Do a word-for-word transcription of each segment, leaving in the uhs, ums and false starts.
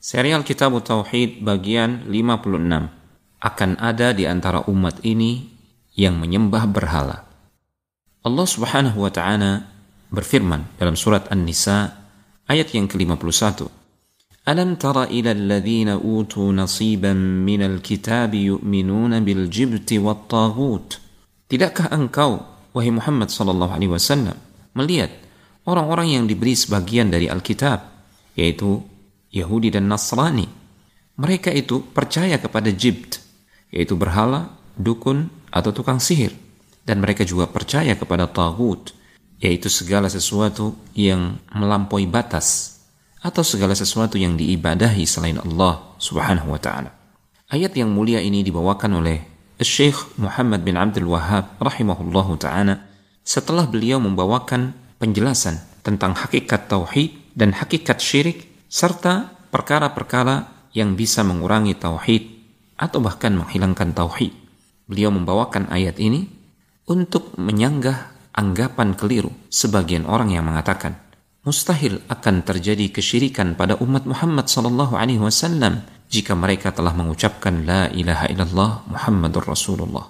Serial Kitab Tauhid bagian lima puluh enam. Akan ada di antara umat ini yang menyembah berhala. Allah Subhanahu wa ta'ala berfirman dalam surat An-Nisa ayat yang ke lima puluh satu. Alam tara ila alladhina utu nasiban minal kitabi yu'minuna bil jibti wat taghut. Tidakkah engkau, wahai Muhammad sallallahu alaihi wasallam, melihat orang-orang yang diberi sebagian dari Alkitab, yaitu Yahudi dan Nasrani? Mereka itu percaya kepada jibt, yaitu berhala, dukun, atau tukang sihir. Dan mereka juga percaya kepada taghut, yaitu segala sesuatu yang melampaui batas, atau segala sesuatu yang diibadahi selain Allah Subhanahu wa ta'ala. Ayat yang mulia ini dibawakan oleh Syekh Muhammad bin Abdul Wahhab rahimahullahu ta'ala setelah beliau membawakan penjelasan tentang hakikat tauhid dan hakikat syirik serta perkara-perkara yang bisa mengurangi tauhid atau bahkan menghilangkan tauhid. Beliau membawakan ayat ini untuk menyanggah anggapan keliru sebagian orang yang mengatakan mustahil akan terjadi kesyirikan pada umat Muhammad sallallahu alaihi wasallam jika mereka telah mengucapkan la ilaha illallah Muhammadur Rasulullah.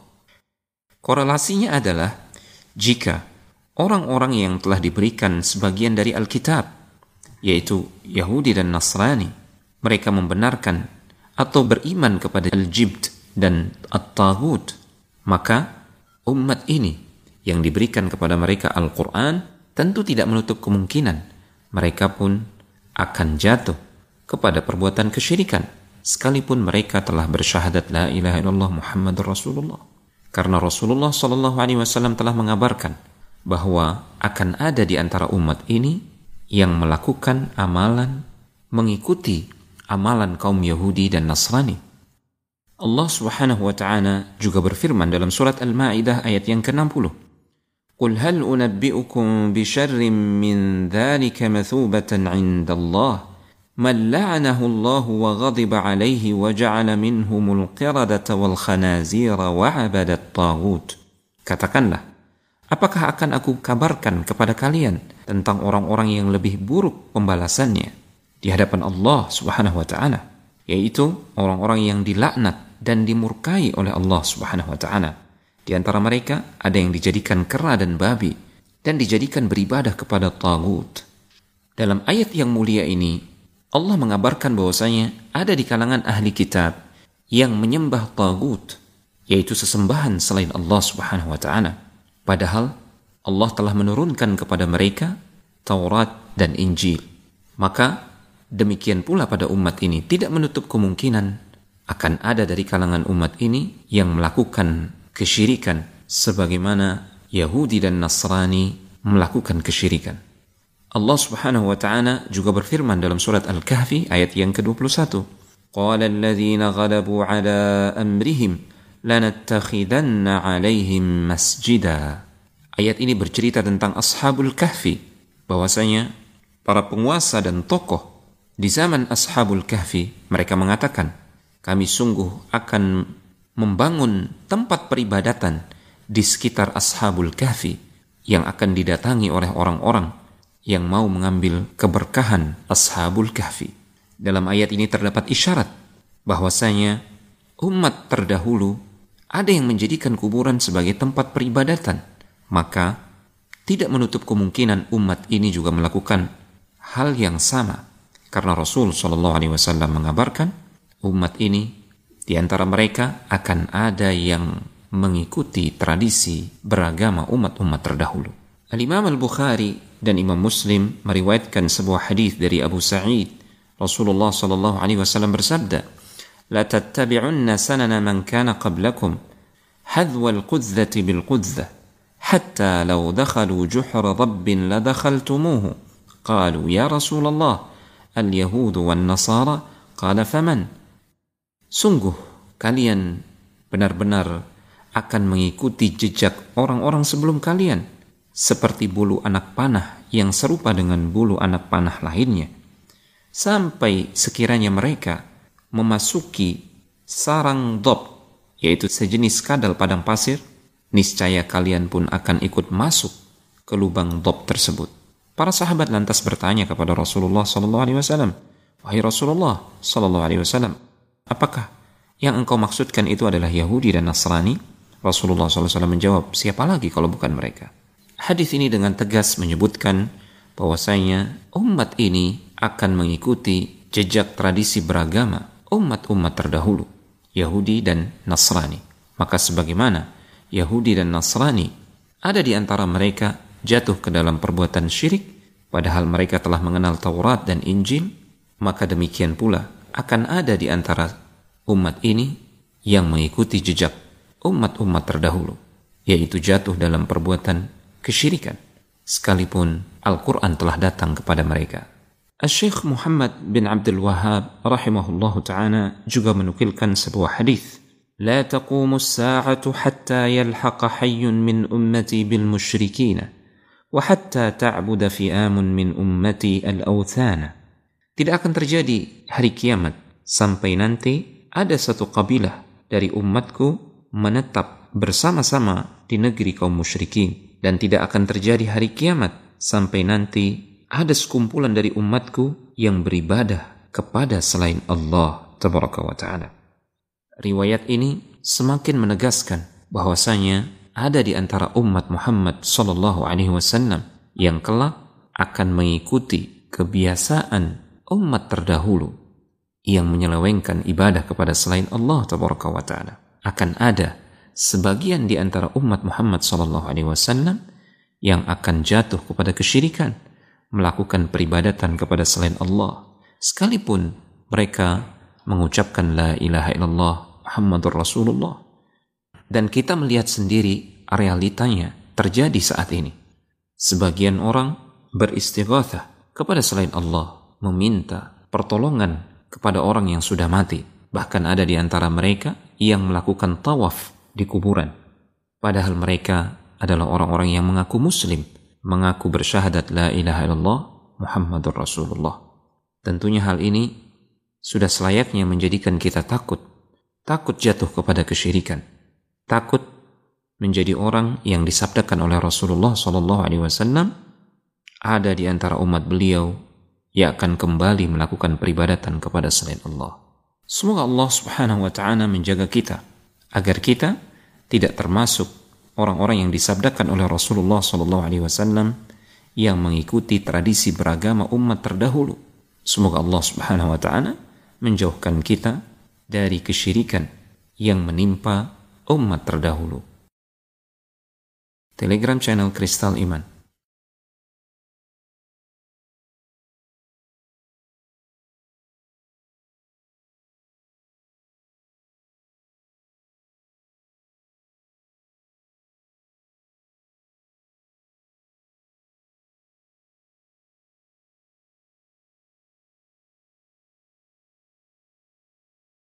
Korelasinya adalah jika orang-orang yang telah diberikan sebagian dari Alkitab, yaitu Yahudi dan Nasrani, mereka membenarkan atau beriman kepada al-jibt dan at-taghut, maka umat ini yang diberikan kepada mereka Al-Quran tentu tidak menutup kemungkinan mereka pun akan jatuh kepada perbuatan kesyirikan sekalipun mereka telah bersyahadat la ilaha illallah Muhammadur Rasulullah. Karena Rasulullah sallallahu alaihi wasallam telah mengabarkan bahwa akan ada di antara umat ini yang melakukan amalan mengikuti amalan kaum Yahudi dan Nasrani. Allah Subhanahu wa ta'ala juga berfirman dalam surat Al-Maidah ayat yang ke enam puluh. Qul hal unabbi'ukum bi syarrin min dzalika mathubatan 'inda Allah man la'anahu Allah wa ghadiba 'alaihi wa ja'ala minhumul qiradata wal khanazira wa 'abada at-taghut. Katakanlah, apakah akan aku kabarkan kepada kalian tentang orang-orang yang lebih buruk pembalasannya di hadapan Allah Subhanahu wa ta'ala, yaitu orang-orang yang dilaknat dan dimurkai oleh Allah Subhanahu wa ta'ala. Di antara mereka ada yang dijadikan kera dan babi dan dijadikan beribadah kepada taghut. Dalam ayat yang mulia ini Allah mengabarkan bahwasanya ada di kalangan ahli kitab yang menyembah taghut, yaitu sesembahan selain Allah Subhanahu wa ta'ala. Padahal Allah telah menurunkan kepada mereka Taurat dan Injil. Maka demikian pula pada umat ini tidak menutup kemungkinan akan ada dari kalangan umat ini yang melakukan kesyirikan sebagaimana Yahudi dan Nasrani melakukan kesyirikan. Allah Subhanahu wa ta'ala juga berfirman dalam surat Al-Kahfi ayat yang ke dua puluh satu. Qala alladhina ghalabu ala amrihim lanattakhidanna 'alaihim masjida. Ayat ini bercerita tentang Ashabul Kahfi, bahwasanya para penguasa dan tokoh di zaman Ashabul Kahfi mereka mengatakan, kami sungguh akan membangun tempat peribadatan di sekitar Ashabul Kahfi yang akan didatangi oleh orang-orang yang mau mengambil keberkahan Ashabul Kahfi. Dalam ayat ini terdapat isyarat bahwasanya umat terdahulu ada yang menjadikan kuburan sebagai tempat peribadatan, maka tidak menutup kemungkinan umat ini juga melakukan hal yang sama, karena Rasul sallallahu alaihi wasallam mengabarkan umat ini di antara mereka akan ada yang mengikuti tradisi beragama umat-umat terdahulu. Al-Imam Al-Bukhari dan Imam Muslim meriwayatkan sebuah hadis dari Abu Sa'id. Rasulullah sallallahu alaihi wasallam bersabda, "La tattabi'unna sanana man kana qablakum hadwa al-qudzati bil-qudzah hatta law dakhalu juhra rabbin la dakhaltumuhu." Qalu ya Rasulullah, al-yahud wan-nasara? Qala faman? Sungguh kalian benar-benar akan mengikuti jejak orang-orang sebelum kalian seperti bulu anak panah yang serupa dengan bulu anak panah lainnya, sampai sekiranya mereka memasuki sarang dob, yaitu sejenis kadal padang pasir, niscaya kalian pun akan ikut masuk ke lubang dob tersebut. Para sahabat lantas bertanya kepada Rasulullah sallallahu alaihi wasallam, Wahai Rasulullah sallallahu alaihi wasallam, apakah yang engkau maksudkan itu adalah Yahudi dan Nasrani? Rasulullah sallallahu alaihi wasallam menjawab, siapa lagi kalau bukan mereka? Hadis ini dengan tegas menyebutkan bahwasanya umat ini akan mengikuti jejak tradisi beragama umat-umat terdahulu, Yahudi dan Nasrani. Maka sebagaimana Yahudi dan Nasrani ada di antara mereka jatuh ke dalam perbuatan syirik, padahal mereka telah mengenal Taurat dan Injil, maka demikian pula akan ada di antara umat ini yang mengikuti jejak umat-umat terdahulu, yaitu jatuh dalam perbuatan kesyirikan, sekalipun Al-Quran telah datang kepada mereka. Asy-Syaikh Muhammad bin Abdul Wahhab rahimahullahu ta'ala juga menukilkan sebuah hadis, لا تقوم الساعة حتى يلحق حي من أمتي بالمشركين وحتى تعبد فئام من أمتي الأوثان. Tidak akan terjadi hari kiamat sampai nanti ada satu kabilah dari umatku menetap bersama-sama di negeri kaum musyrikin, dan tidak akan terjadi hari kiamat sampai nanti ada sekumpulan dari umatku yang beribadah kepada selain Allah tabaraka wa ta'ala. Riwayat ini semakin menegaskan bahwasanya ada di antara umat Muhammad sallallahu alaihi wasallam yang kelak akan mengikuti kebiasaan umat terdahulu yang menyelewengkan ibadah kepada selain Allah tabaraka wa ta'ala. Akan ada sebagian di antara umat Muhammad sallallahu alaihi wasallam yang akan jatuh kepada kesyirikan, melakukan peribadatan kepada selain Allah, sekalipun mereka mengucapkan la ilaha illallah Muhammadur Rasulullah. Dan kita melihat sendiri realitanya terjadi saat ini. Sebagian orang beristighatsah kepada selain Allah, meminta pertolongan kepada orang yang sudah mati. Bahkan ada di antara mereka yang melakukan tawaf di kuburan, padahal mereka adalah orang-orang yang mengaku muslim, mengaku bersyahadat la ilaha illallah Muhammadur Rasulullah. Tentunya hal ini sudah selayaknya menjadikan kita takut. Takut jatuh kepada kesyirikan. Takut menjadi orang yang disabdakan oleh Rasulullah sallallahu alaihi wasallam, ada di antara umat beliau yang akan kembali melakukan peribadatan kepada selain Allah. Semoga Allah Subhanahu wa ta'ala menjaga kita agar kita tidak termasuk orang-orang yang disabdakan oleh Rasulullah sallallahu alaihi wasallam yang mengikuti tradisi beragama umat terdahulu. Semoga Allah Subhanahu wa ta'ala menjauhkan kita dari kesyirikan yang menimpa umat terdahulu. Telegram channel Kristal Iman.